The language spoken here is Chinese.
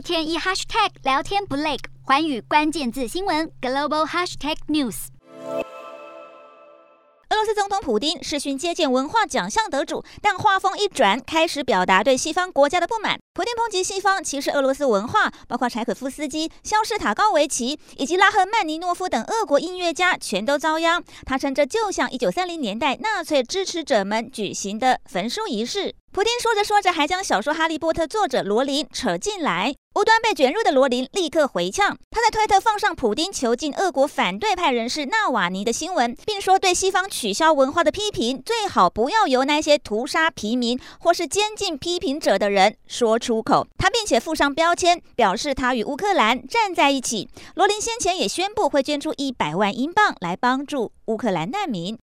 天一 hashtag 聊天不累，寰宇关键字新闻 global hashtag news。 俄罗斯总统普丁视讯接见文化奖项得主，但话锋一转，开始表达对西方国家的不满。普丁抨击西方歧视俄罗斯文化，包括柴可夫斯基、肖斯塔高维奇以及拉赫曼尼诺夫等俄国音乐家全都遭殃。他称这就像1930年代纳粹支持者们举行的焚书仪式。普丁说着说着，还将小说《哈利波特》作者罗琳扯进来。无端被卷入的罗琳立刻回呛，他在推特放上普丁囚禁俄国反对派人士纳瓦尼的新闻，并说对西方取消文化的批评最好不要由那些屠杀平民或是监禁批评者的人说出口。他并且附上标签，表示他与乌克兰站在一起。罗琳先前也宣布会捐出100万英镑来帮助乌克兰难民。